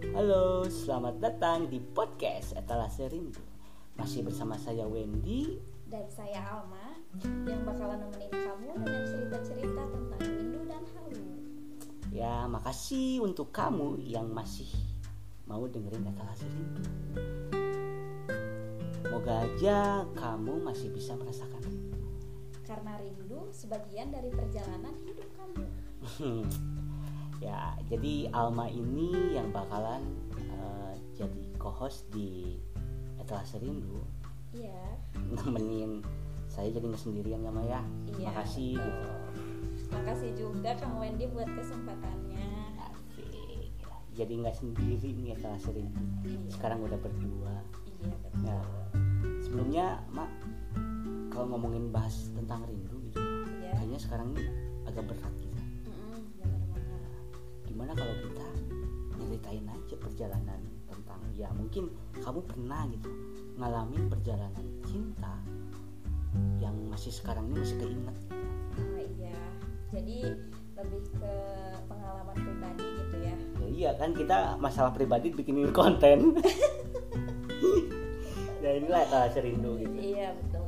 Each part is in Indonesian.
Halo, selamat datang di podcast Etalase Rindu. Masih bersama saya Wendy dan saya Alma yang bakalan nemenin kamu dengan cerita-cerita tentang rindu dan halu. Ya, makasih untuk kamu yang masih mau dengerin Etalase Rindu. Moga aja kamu masih bisa merasakan rindu. Karena rindu sebagian dari perjalanan hidup kamu. Ya, jadi Alma ini yang bakalan jadi co-host di Etalase Rindu. Iya. Nemenin saya jadi nggak sendirian ya Maya. Iya, Makasih betul. gitu. Makasih juga Kang Wendy buat kesempatannya. Asik. Jadi nggak sendiri nih Etalase Rindu. Iya. Sekarang udah berdua. Iya betul. Nah, sebelumnya Mak, kalau ngomongin bahas tentang rindu gitu, Iya. kayaknya sekarang ini agak berat gitu. Bener banget. Gimana kalau kita nyeritain aja perjalanan tentang, ya mungkin kamu pernah gitu ngalamin perjalanan cinta yang masih sekarang ini masih keinget. Oh iya. Jadi lebih ke pengalaman pribadi gitu ya. Ya iya kan, kita masalah pribadi bikinin konten. Ya inilah Etalase Rindu gitu. Iya betul.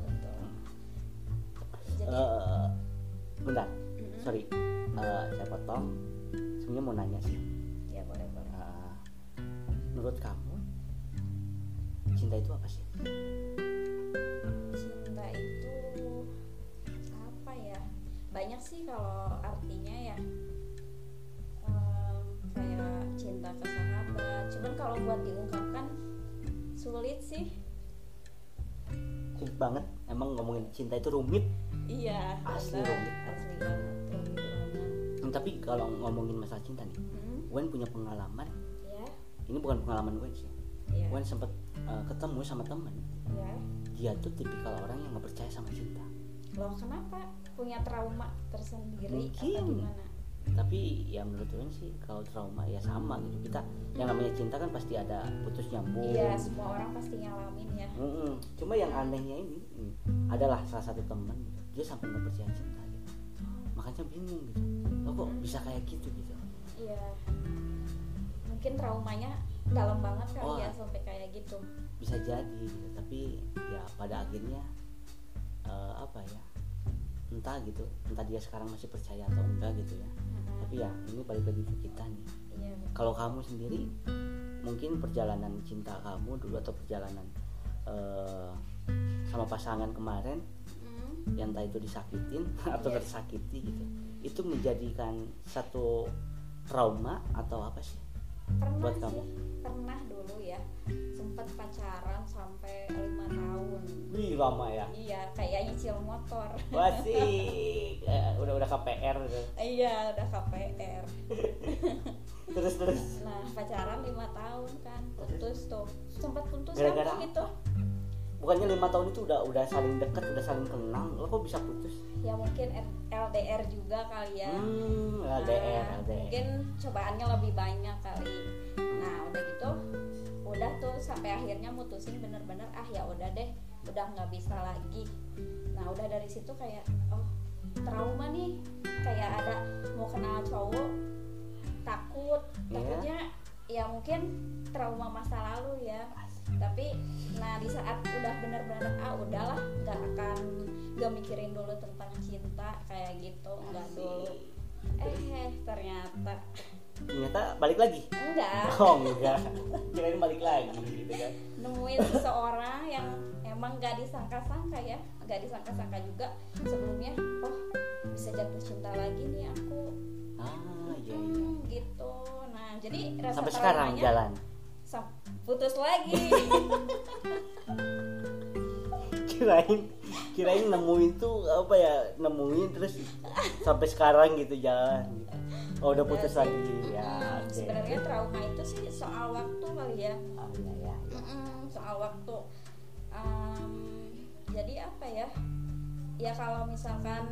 Jadi Bentar, sorry, saya potong. Sebenarnya mau nanya sih, ya boleh. menurut kamu cinta itu apa sih? Cinta itu apa ya? Banyak sih kalau artinya ya. Kayak cinta ke sahabat. Cuman kalau buat diungkapkan sulit sih. Sulit banget. Emang ngomongin cinta itu rumit. Iya. Asli benar. rumit. Asli banget. Tapi kalau ngomongin masalah cinta nih, Wen punya pengalaman. Ya. Ini bukan pengalaman Wen sih. Iya. Wen sempat ketemu sama teman. Ya. Dia tuh tipikal orang yang nggak percaya sama cinta. Loh kenapa? Punya trauma tersendiri Mungkin. atau gimana? Tapi ya menurut Wen sih kalau trauma ya sama gitu. Kita yang namanya cinta kan pasti ada putus nyambung. Iya, semua orang pasti ngalamin ya. Cuma yang anehnya ini adalah salah satu teman gitu, dia sampai nggak percaya cinta gitu. Makanya bingung gitu. Lo kok bisa kayak gitu gitu? Iya. Mungkin traumanya dalam banget kali Oh. ya sampai kayak gitu. Bisa jadi gitu. Tapi ya pada akhirnya apa ya? Entah gitu. Entah dia sekarang masih percaya atau enggak gitu ya. Tapi ya ini balik lagi ke kita nih. Iya. Kalau kamu sendiri, mungkin perjalanan cinta kamu dulu atau perjalanan sama pasangan kemarin, yang entah itu disakitin atau Iya. tersakiti gitu, itu menjadikan satu trauma atau apa sih Pernah buat sih, kamu? pernah dulu ya. Sempat pacaran sampai 5 tahun. Wih, lama ya. Iya, kayak nyicil motor. Wasik. Udah KPR gitu. Iya, udah KPR. Terus Nah, pacaran 5 tahun kan. Putus tuh. Sempat putus Gara-gara apa gitu. bukannya 5 tahun itu udah saling dekat, udah saling kenal, lo kok bisa putus? Ya mungkin LDR juga kali ya. LDR. Mungkin cobaannya lebih banyak kali. Nah udah gitu, udah tuh sampai akhirnya mutusin bener-bener ya udah deh, udah nggak bisa lagi. Nah udah dari situ kayak trauma nih, kayak ada mau kenal cowok takutnya ya mungkin trauma masa lalu ya. Tapi nah di saat udah bener-bener udahlah, nggak mikirin dulu tentang cinta kayak gitu, nggak dulu. Ternyata balik lagi. Enggak. Enggak. Kirain balik lagi gitu kan. Nemuin seseorang yang emang gak disangka-sangka ya, gak disangka-sangka juga sebelumnya. Bisa jatuh cinta lagi nih aku. Iya. Gitu. Nah jadi rasa Sampai sekarang traumanya jalan. Putus lagi. kirain nemuin tuh apa ya, nemuin terus sampai sekarang gitu jalan gitu. Udah putus sih. lagi ya. Okay. Sebenarnya trauma itu sih soal waktu kali ya. Iya. Soal waktu. Jadi apa ya? Ya kalau misalkan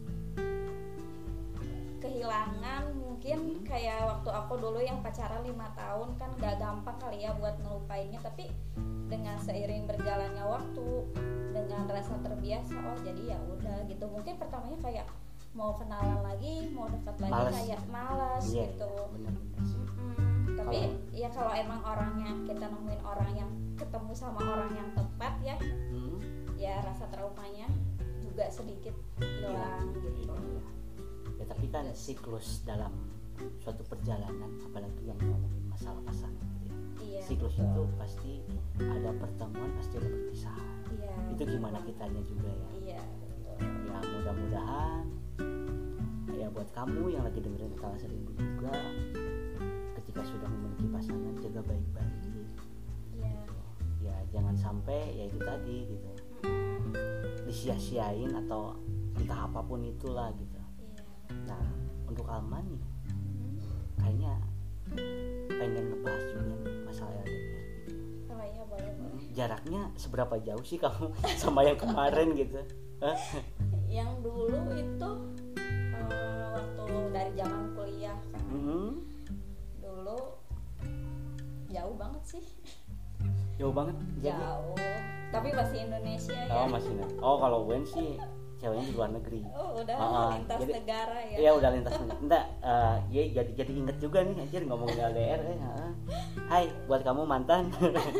kehilangan mungkin kayak waktu aku dulu yang pacaran 5 tahun kan gak gampang kali ya buat ngelupainnya, tapi dengan seiring berjalannya waktu, dengan rasa terbiasa, jadi ya udah gitu. Mungkin pertamanya kayak mau kenalan lagi, mau dekat lagi, males. kayak malas Iya, gitu. benar-benar sih. Tapi ya kalau emang orangnya kita nemuin orang yang ketemu sama orang yang tepat ya, ya rasa traumanya juga sedikit hilang gitu. Ya tapi kan siklus dalam suatu perjalanan, apalagi yang ngomongin masalah pasangan gitu ya. Iya, Siklus itu pasti ada pertemuan, pasti ada perpisahan. Iya. Itu gimana kitanya juga ya. Iya, betul. Ya mudah-mudahan ya buat kamu yang lagi dengerin Kala Serindu juga, ketika sudah memiliki pasangan jaga baik-baik. Iya. Ya jangan sampai ya itu tadi gitu disia-siain atau entah apapun itulah gitu. Iya. Nah untuk Alma nih kayaknya pengen ngebahas juga nih masalah LDR. Oh iya, boleh. Jaraknya seberapa jauh sih kamu sama yang kemarin gitu? Yang dulu itu waktu dari zaman kuliah kan. Dulu jauh banget sih. Jauh banget. Jauh. Tapi masih Indonesia ya. Oh masih. Oh kalau Wen sih ceweknya di luar negeri. Oh udah lintas jadi, negara ya. Iya udah lintas negara. Enggak, ya jadi inget juga nih anjir ngomongin LDR. Hai buat kamu mantan.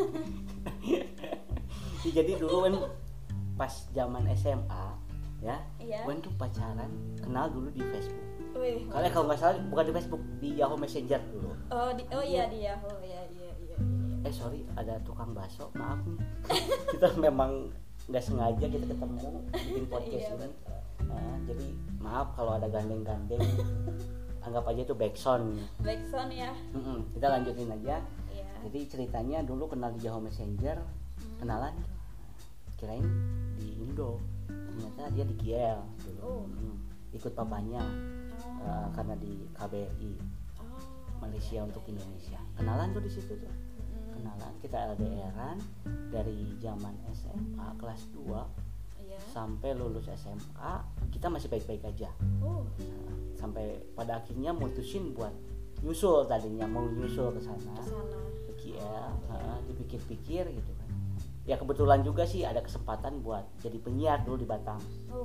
Jadi dulu Wen pas zaman SMA ya, Wen tuh pacaran kenal dulu di Facebook. Kalian kalau nggak salah bukan di Facebook, di Yahoo Messenger dulu. Iya di Yahoo iya. Sorry ada tukang bakso, maaf nih. Kita memang nggak sengaja kita ketemu bikin podcast ini. Jadi maaf kalau ada gandeng-gandeng. Anggap aja itu backsound. Backsound ya. Kita lanjutin aja. Iya. Jadi ceritanya dulu kenal di Yahoo Messenger, kenalan. Kirain di Indo, ternyata dia di KL dulu. Ikut papanya karena di KBRI Malaysia untuk Indonesia. Kenalan tuh di situ tuh. Kenalan, kita LDR-an dari zaman SMA kelas 2 sampai lulus SMA kita masih baik-baik aja. Sampai pada akhirnya mutusin buat nyusul, tadinya mau nyusul ke sana ke KL, dipikir-pikir gitu kan. Ya kebetulan juga sih ada kesempatan buat jadi penyiar dulu di Batam.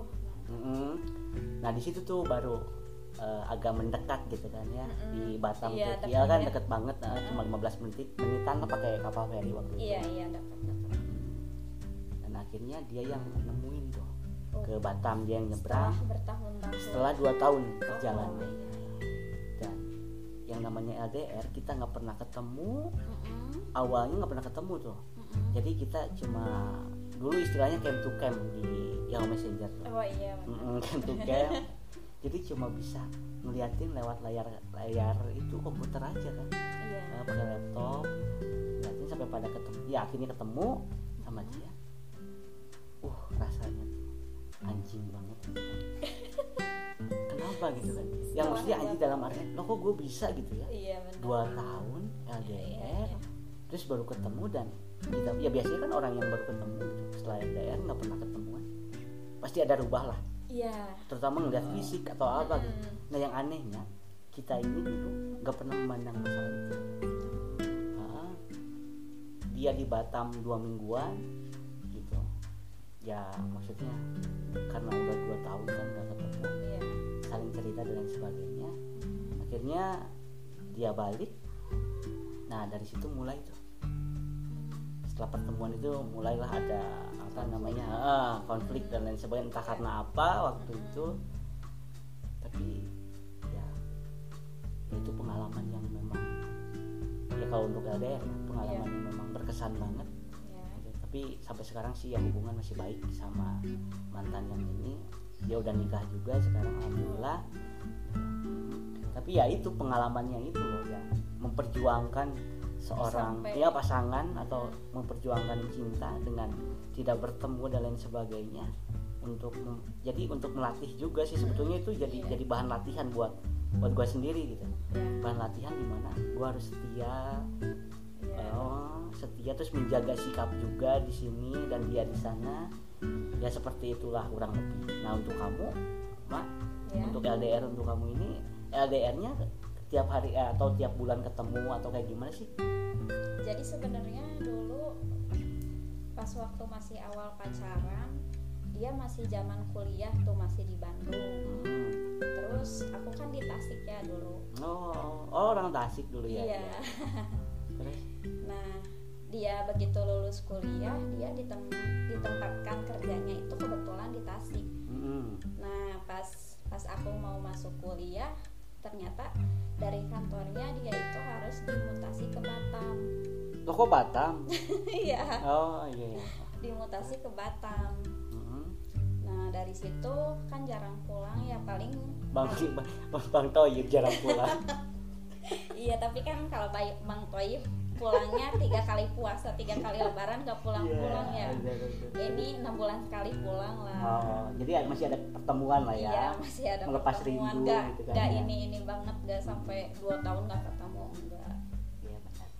Nah di situ tuh baru agak mendekat gitu kan ya, di Batam ke KL kan deket banget, cuma 15 menitan lah pakai kapal feri waktu itu. Iya dekat. Dan akhirnya dia yang nemuin tuh ke Batam, dia yang nyebrang setelah 2 tahun perjalanan. Dan yang namanya LDR kita nggak pernah ketemu, awalnya nggak pernah ketemu tuh. Jadi kita cuma dulu istilahnya camp to camp di Yahoo Messenger tuh. Camp to camp. Jadi cuma bisa ngeliatin lewat layar itu komputer aja kan. Pakai laptop ngeliatin sampai pada ketemu. Ya akhirnya ketemu sama dia. Rasanya tuh anjing banget. Kenapa gitu kan? Yang mesti anjing dalam artian, loh kok gue bisa gitu ya? 2 tahun LDR, terus baru ketemu dan kita, ya biasanya kan orang yang baru ketemu setelah LDR nggak pernah ketemuan, pasti ada rubah lah. Terutama ngeliat fisik atau apa gitu. Nah yang anehnya kita ini dulu nggak pernah memandang masalah itu. Dia di Batam 2 mingguan gitu. Ya maksudnya karena udah 2 tahun kan nggak ketemu, saling cerita dan lain sebagainya. Akhirnya dia balik. Nah dari situ mulai tuh. Setelah pertemuan itu mulailah ada konflik dan lain sebagainya, entah karena apa waktu itu. Tapi ya itu pengalaman yang memang ya kalau untuk LDR pengalaman yang memang berkesan banget. Tapi sampai sekarang sih ya hubungan masih baik sama mantan yang ini. Dia udah nikah juga sekarang alhamdulillah. Tapi ya itu pengalamannya itu loh yang memperjuangkan seorang pasangan atau memperjuangkan cinta dengan tidak bertemu dan lain sebagainya, untuk melatih juga sih sebetulnya itu jadi bahan latihan buat gue sendiri gitu. Bahan latihan dimana gue harus setia terus menjaga sikap juga di sini dan dia di sana. Ya seperti itulah kurang lebih. Nah untuk kamu Mak, untuk LDR untuk kamu ini LDR-nya tiap hari atau tiap bulan ketemu atau kayak gimana sih? Jadi sebenarnya dulu pas waktu masih awal pacaran dia masih zaman kuliah tuh, masih di Bandung. Terus aku kan di Tasik ya dulu. Oh orang Tasik dulu ya. Iya. Terus? Nah dia begitu lulus kuliah, dia ditempatkan kerjanya itu kebetulan di Tasik. Nah pas aku mau masuk kuliah, ternyata dari kantornya dia itu harus dimutasi ke Batam. Loh kok Batam? Iya. Oh iya. Dimutasi ke Batam. Nah dari situ kan jarang pulang ya, paling Bang Toyib jarang pulang. Iya tapi kan kalau Bang Toyib pulangnya 3 kali puasa, 3 kali lebaran gak pulang-pulang ya. Ini 6 bulan sekali pulang lah. Oh, jadi masih ada pertemuan lah ya. Iya, masih ada melepas pertemuan. rindu gitu kan. Gak ini banget, gak sampai 2 tahun gak ketemu, enggak. Iya benar.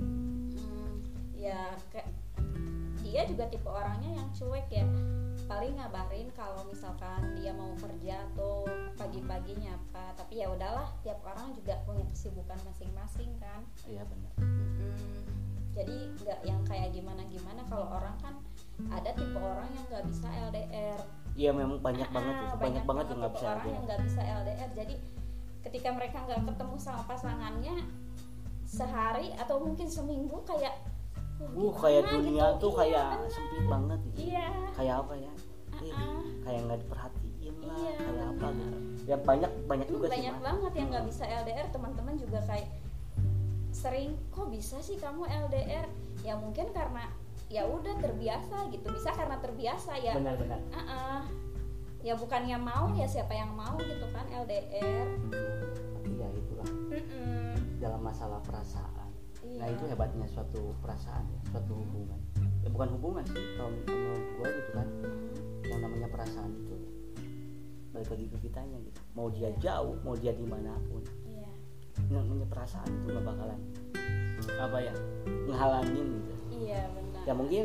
Ya dia juga tipe orangnya yang cuek ya. Paling ngabarin kalau misalkan dia mau kerja tuh pagi-pagi nyapa, tapi ya udahlah, tiap orang juga punya kesibukan masing-masing kan. Iya benar. Jadi nggak yang kayak gimana kalau orang kan ada tipe orang yang nggak bisa LDR. Iya memang banyak banget itu, banyak banget yang nggak bisa orang LDR. yang nggak bisa LDR. Jadi ketika mereka nggak ketemu sama pasangannya sehari atau mungkin seminggu kayak kayak dunia gitu. tuh kayak sempit banget gitu. Iya. Kayak apa ya? Kayak nggak diperhatiin lah, iya, kayak apa gitu. Ya banyak juga sih. Banyak banget yang nggak bisa LDR. Teman-teman juga kayak sering, kok bisa sih kamu LDR? Ya mungkin karena ya udah terbiasa gitu. Bisa karena terbiasa ya. Benar-benar. Ya bukannya mau, ya siapa yang mau gitu kan LDR. Iya itulah. Dalam masalah perasaan. Iya. Nah itu hebatnya suatu perasaan ya, suatu hubungan. Ya bukan hubungan sih, kalau menurut gue gitu kan. Yang namanya perasaan itu balik lagi ke kitanya gitu. Mau dia jauh, mau dia dimanapun. Iya. Yang namanya perasaan itu nggak bakalan apa ya ngehalangin gitu. Iya benar. Ya mungkin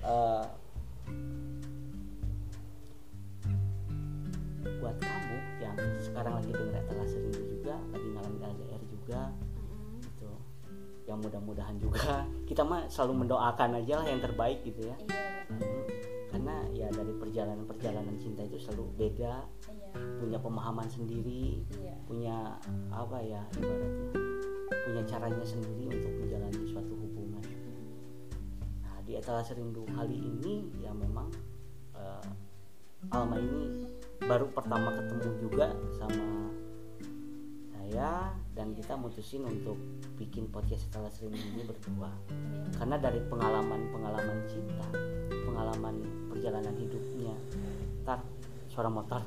buat kamu yang sekarang lagi dengar etalase rindu juga, lagi ngalamin LDR juga, gitu. Yang mudah-mudahan juga kita mah selalu mendoakan aja lah yang terbaik gitu ya. Iya benar. Karena ya dari perjalanan cinta itu selalu beda. Iya. Punya pemahaman sendiri. Iya. Punya apa ya ibaratnya, punya caranya sendiri untuk menjalani suatu hubungan. Nah di etalase rindu kali ini ya memang Alma ini baru pertama ketemu juga sama saya, dan kita mutusin untuk bikin podcast etalase rindu ini berdua. Karena dari pengalaman cinta, pengalaman perjalanan hidupnya. Suara motor.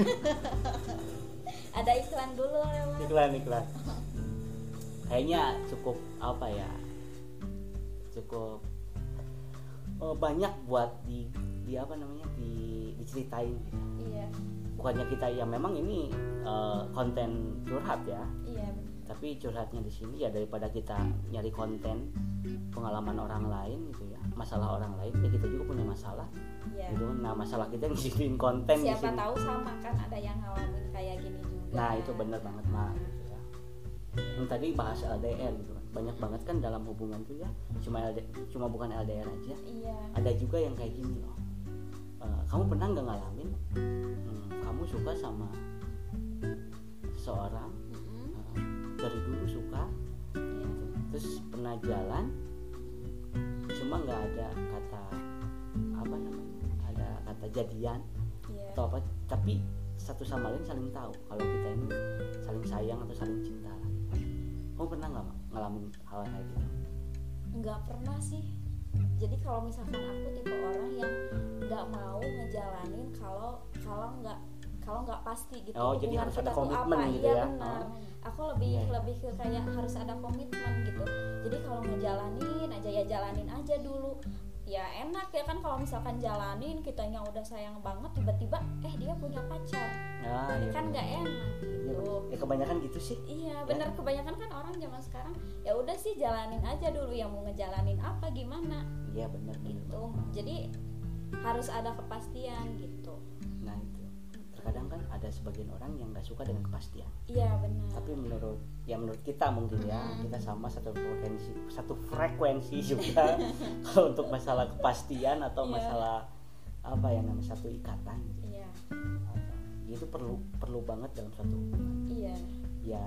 Ada iklan dulu lewat. Iklan. Kayaknya cukup apa ya? Cukup banyak buat di apa namanya diceritain gitu. Iya. Bukannya kita ya memang ini konten curhat ya. Iya. Tapi curhatnya di sini ya daripada kita nyari konten pengalaman orang lain gitu ya, masalah orang lain, ya kita juga punya masalah. Iya. Gitu. Nah masalah kita yang dijadiin konten. Siapa tahu sama kan ada yang ngalamin kayak gini juga. Nah itu benar banget mah. Gitu ya. Yang tadi bahas LDR gitu kan, banyak banget kan dalam hubungan tuh ya, cuma bukan LDR aja. Iya. Ada juga yang kayak gini loh. Kamu pernah nggak ngalamin? Kamu suka sama seseorang, dari dulu suka, gitu. Terus pernah jalan, cuma nggak ada kata apa namanya, ada kata jadian atau apa, tapi satu sama lain saling tahu kalau kita ini saling sayang atau saling cinta. Kamu pernah nggak ngalamin hal kayak gitu? Nggak pernah sih. Jadi kalau misalkan aku tipe orang yang nggak mau ngejalanin kalau nggak pasti gitu. Oh jadi harus ada komitmen gitu ya? ya? Benar. Aku lebih ke kayak harus ada komitmen gitu. Jadi kalau ngejalanin aja ya jalanin aja dulu. Ya enak ya kan kalau misalkan jalanin kitanya udah sayang banget tiba-tiba dia punya pacar. Nah, iya, kan nggak enak gitu. Ya kebanyakan gitu sih. Iya benar, kebanyakan kan orang zaman sekarang ya udah sih jalanin aja dulu, yang mau ngejalanin apa gimana. Iya benar Gitu. Jadi harus ada kepastian gitu. Nah itu terkadang kan ada sebagian orang yang nggak suka dengan kepastian. Iya benar. Tapi menurut kita mungkin ya kita sama satu frekuensi juga kalau untuk masalah kepastian atau masalah apa ya namanya, satu ikatan gitu. Iya. Itu perlu banget dalam suatu hubungan. Iya. Ya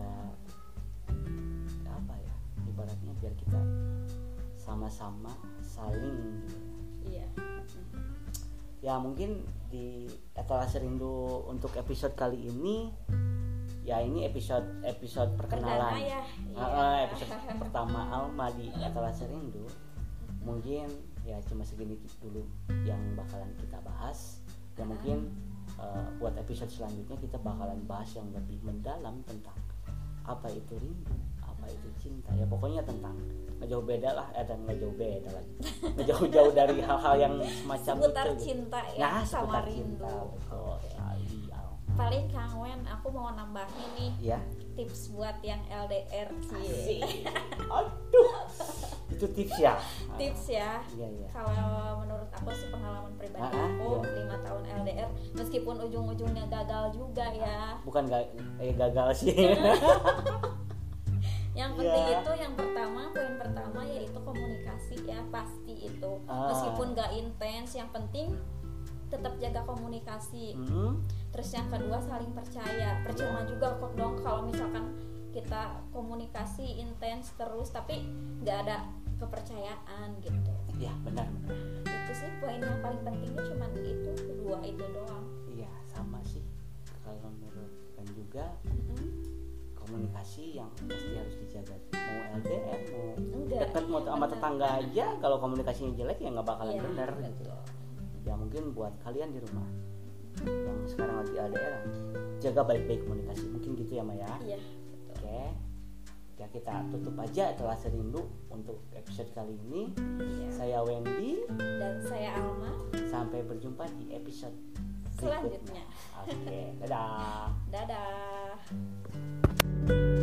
apa ya, ibaratnya biar kita sama-sama saling gitu. Iya. Ya mungkin di Etalase Rindu untuk episode kali ini, ya ini episode perkenalan. Perdana ya. Episode pertama Alma di Etalase Rindu. Mungkin ya cuma segini dulu yang bakalan kita bahas. Ya mungkin buat episode selanjutnya kita bakalan bahas yang lebih mendalam tentang apa itu rindu, apa itu cinta. Ya pokoknya tentang nggak jauh beda lah, nggak jauh beda lagi, nggak jauh dari hal-hal yang semacam seputar itu cinta gitu. ya, Nah, sama seputar rindu. cinta, betul sekali. Paling Kang Wen, aku mau nambahin nih Ya, tips buat yang LDR sih. asik. Aduh, itu tips ya. Tips ya. Iya iya. Kalau menurut aku sih pengalaman pribadi aku iya. 5 tahun LDR, meskipun ujung-ujungnya gagal juga ya. Bukan gagal sih. Yang penting itu poin pertama yaitu komunikasi ya, pasti itu. Meskipun gak intens, yang penting tetap jaga komunikasi. Terus yang kedua saling percaya. Percuma juga kok dong kalau misalkan kita komunikasi intens terus tapi gak ada kepercayaan gitu. Iya benar. Itu sih poin yang paling pentingnya, cuman itu dua itu doang. Iya sama sih. Kalau menurut kan juga komunikasi yang pasti harus dijaga. Mau LDR, mau dekat, mau sama tetangga aja, kalau komunikasinya jelek ya nggak bakalan benar gitu. Ya mungkin buat kalian di rumah yang sekarang lagi LDR, jaga baik-baik komunikasi. Mungkin gitu ya Maya. Iya. Oke. Ya kita tutup aja Etalase Rindu untuk episode kali ini. Iya. Saya Wendy Dan saya Alma. Sampai berjumpa di episode Selanjutnya. Oke, dadah. Dadah.